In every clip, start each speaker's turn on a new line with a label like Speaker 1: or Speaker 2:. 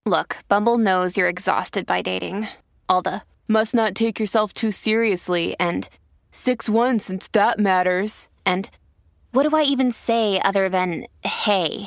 Speaker 1: Look, Bumble knows you're exhausted by dating. All the must not take yourself too seriously and 6'1" since that matters. And what do I even say other than hey?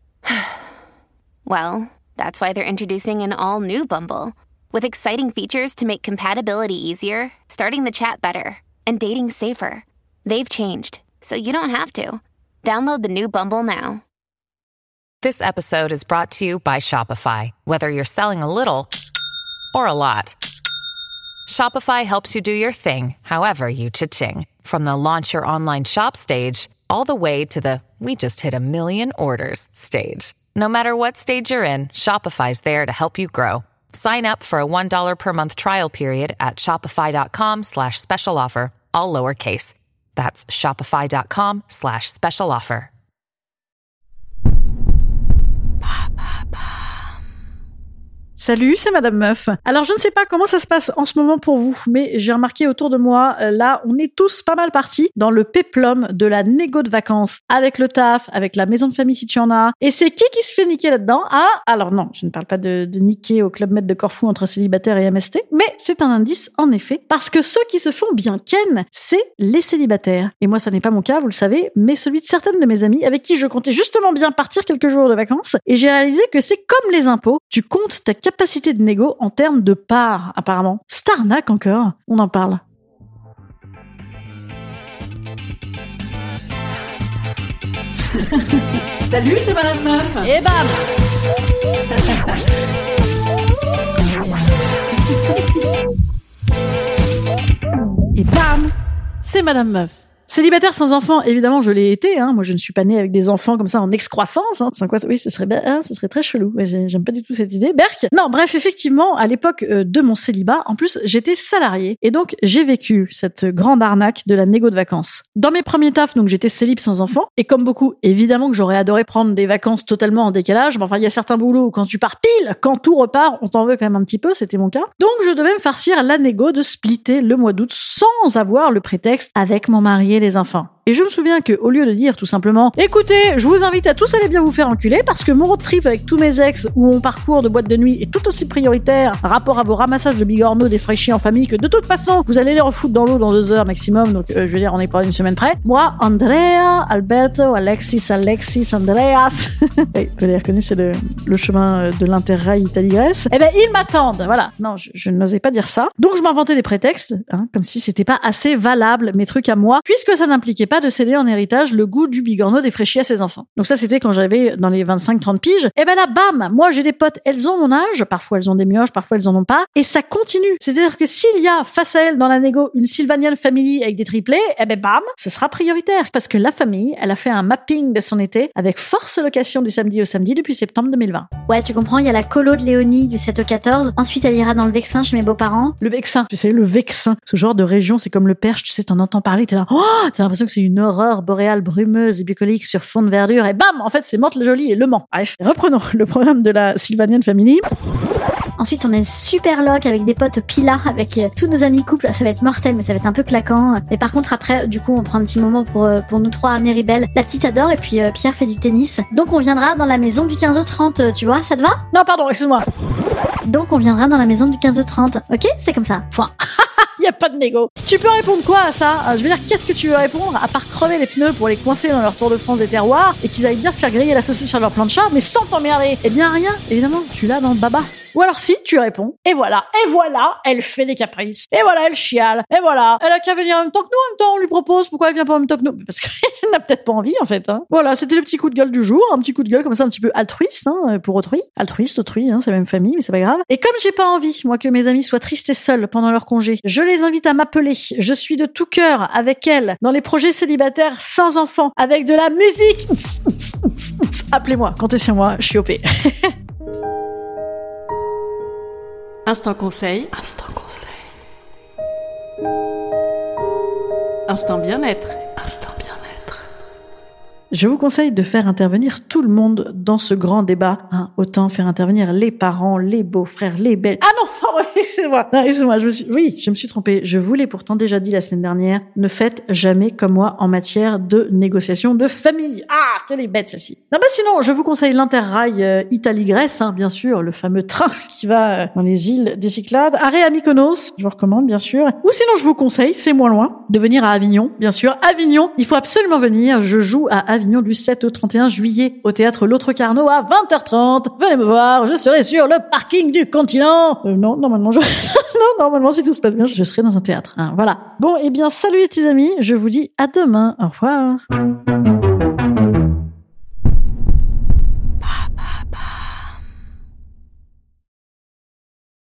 Speaker 1: Well, that's why they're introducing an all-new Bumble with exciting features to make compatibility easier, starting the chat better, and dating safer. They've changed, so you don't have to. Download the new Bumble now.
Speaker 2: This episode is brought to you by Shopify. Whether you're selling a little or a lot, Shopify helps you do your thing, however you cha-ching. From the launch your online shop stage, all the way to the we just hit 1 million orders stage. No matter what stage you're in, Shopify's there to help you grow. Sign up for a $1 per month trial period at shopify.com/special offer, all lowercase. That's shopify.com/special offer.
Speaker 3: Salut, c'est Madame Meuf. Alors, je ne sais pas comment ça se passe en ce moment pour vous, mais j'ai remarqué autour de moi, là, on est tous pas mal partis dans le péplum de la négo de vacances, avec le taf, avec la maison de famille si tu en as. Et c'est qui se fait niquer là-dedans? Ah, alors non, je ne parle pas de niquer au Club Med de Corfou entre célibataires et MST, mais c'est un indice, en effet, parce que ceux qui se font bien ken, c'est les célibataires. Et moi, ça n'est pas mon cas, vous le savez, mais celui de certaines de mes amies avec qui je comptais justement bien partir quelques jours de vacances, et j'ai réalisé que c'est comme les impôts, tu comptes ta capacité de négo en termes de parts, apparemment. C'est arnaque encore, on en parle. Salut, c'est Madame Meuf. Et bam. Et bam, c'est Madame Meuf. Célibataire sans enfant, évidemment, je l'ai été. Moi, je ne suis pas née avec des enfants comme ça en excroissance. Sans quoi, oui, ce serait très chelou. Ouais, j'aime pas du tout cette idée. Berk. Non, bref, effectivement, à l'époque de mon célibat, en plus, j'étais salariée et donc j'ai vécu cette grande arnaque de la négo de vacances. Dans mes premiers tafs, donc j'étais célib sans enfant et comme beaucoup, évidemment que j'aurais adoré prendre des vacances totalement en décalage. Mais enfin, il y a certains boulots où quand tu pars pile, quand tout repart, on t'en veut quand même un petit peu. C'était mon cas. Donc, je devais me farcir la négo de splitter le mois d'août sans avoir le prétexte avec mon mari et les enfants. Et je me souviens que au lieu de dire tout simplement écoutez, je vous invite à tous aller bien vous faire enculer parce que mon road trip avec tous mes ex où on parcourt de boîte de nuit est tout aussi prioritaire rapport à vos ramassages de bigorneaux défraîchis en famille que de toute façon vous allez les refoutre dans l'eau dans 2 heures maximum, donc je veux dire on est pas une semaine près. Moi, Andrea, Alberto, Alexis, Andreas oui, vous avez reconnu, c'est le chemin de l'Interrail Italie-Grèce. Eh ben ils m'attendent, voilà. Non, je n'osais pas dire ça, donc je m'inventais des prétextes, comme si c'était pas assez valable mes trucs à moi, puisque ça n'impliquait pas de céder en héritage le goût du bigorneau défraîchi à ses enfants. Donc ça, c'était quand j'avais dans les 25-30 piges. Et ben là, bam, moi j'ai des potes, elles ont mon âge, parfois elles ont des mioches, parfois elles en ont pas, et ça continue. C'est-à-dire que s'il y a face à elles dans la négo une Sylvanian Family avec des triplés, eh ben bam, ce sera prioritaire. Parce que la famille, elle a fait un mapping de son été avec force location du samedi au samedi depuis septembre 2020.
Speaker 4: Ouais, tu comprends, il y a la colo de Léonie du 7 au 14, ensuite elle ira dans le Vexin chez mes beaux-parents.
Speaker 3: Le Vexin, tu sais, le Vexin, ce genre de région, c'est comme le Perche, tu sais, t'en entends parler, t'es là, oh, t'as l'impression que c'est une aurore boréale brumeuse et bucolique sur fond de verdure, et bam, en fait c'est Mantes-la-Jolie et Le Mans. Bref, reprenons le programme de la Sylvanian Family.
Speaker 4: Ensuite, on a une super loc avec des potes Pila, avec tous nos amis couples. Ça va être mortel, mais ça va être un peu claquant. Mais par contre, après, du coup, on prend un petit moment pour nous trois à Méribel. La petite adore, et puis Pierre fait du tennis. Donc, on viendra dans la maison du 15h30, tu vois, ça te va?
Speaker 3: Non, pardon, excuse-moi.
Speaker 4: Donc, on viendra dans la maison du 15h30. Ok? C'est comme ça. Point.
Speaker 3: Il y a pas de négo. Tu peux répondre quoi à ça? Je veux dire, qu'est-ce que tu veux répondre à part crever les pneus pour les coincer dans leur Tour de France des terroirs et qu'ils aillent bien se faire griller la saucisse sur leur plancha, mais sans t'emmerder? Eh bien rien, évidemment, tu l'as dans le baba. Ou alors si, tu réponds, et voilà, elle fait des caprices, et voilà, elle chiale, et voilà, elle a qu'à venir en même temps que nous, en même temps, on lui propose, pourquoi elle vient pas en même temps que nous? Parce qu'elle n'a peut-être pas envie, en fait, Voilà, c'était le petit coup de gueule du jour, un petit coup de gueule comme ça, un petit peu altruiste, pour autrui. Altruiste, autrui, c'est la même famille, mais c'est pas grave. Et comme j'ai pas envie, moi, que mes amis soient tristes et seuls pendant leur congé, je les invite à m'appeler, je suis de tout cœur avec elles, dans les projets célibataires sans enfants, avec de la musique. Appelez-moi, comptez sur moi, je suis OP.
Speaker 5: Instant conseil. Instant conseil. Instant bien-être. Instant bien-être.
Speaker 3: Je vous conseille de faire intervenir tout le monde dans ce grand débat. Autant faire intervenir les parents, les beaux-frères, les belles... Ah non, pardon, excusez-moi, je me suis trompée. Je vous l'ai pourtant déjà dit la semaine dernière. Ne faites jamais comme moi en matière de négociation de famille. Ah, quelle est bête celle-ci. Non, sinon, je vous conseille l'Interrail Italie-Grèce, bien sûr, le fameux train qui va dans les îles des Cyclades. Arrêt à Mykonos, je vous recommande, bien sûr. Ou sinon, je vous conseille, c'est moins loin, de venir à Avignon, bien sûr. Avignon, il faut absolument venir. Je joue à Avignon du 7 au 31 juillet au théâtre L'Autre Carnot à 20h30. Venez me voir, je serai sur le parking du continent. Non, normalement, normalement, si tout se passe bien, je serai dans un théâtre. Voilà. Bon, salut les petits amis, je vous dis à demain. Au revoir.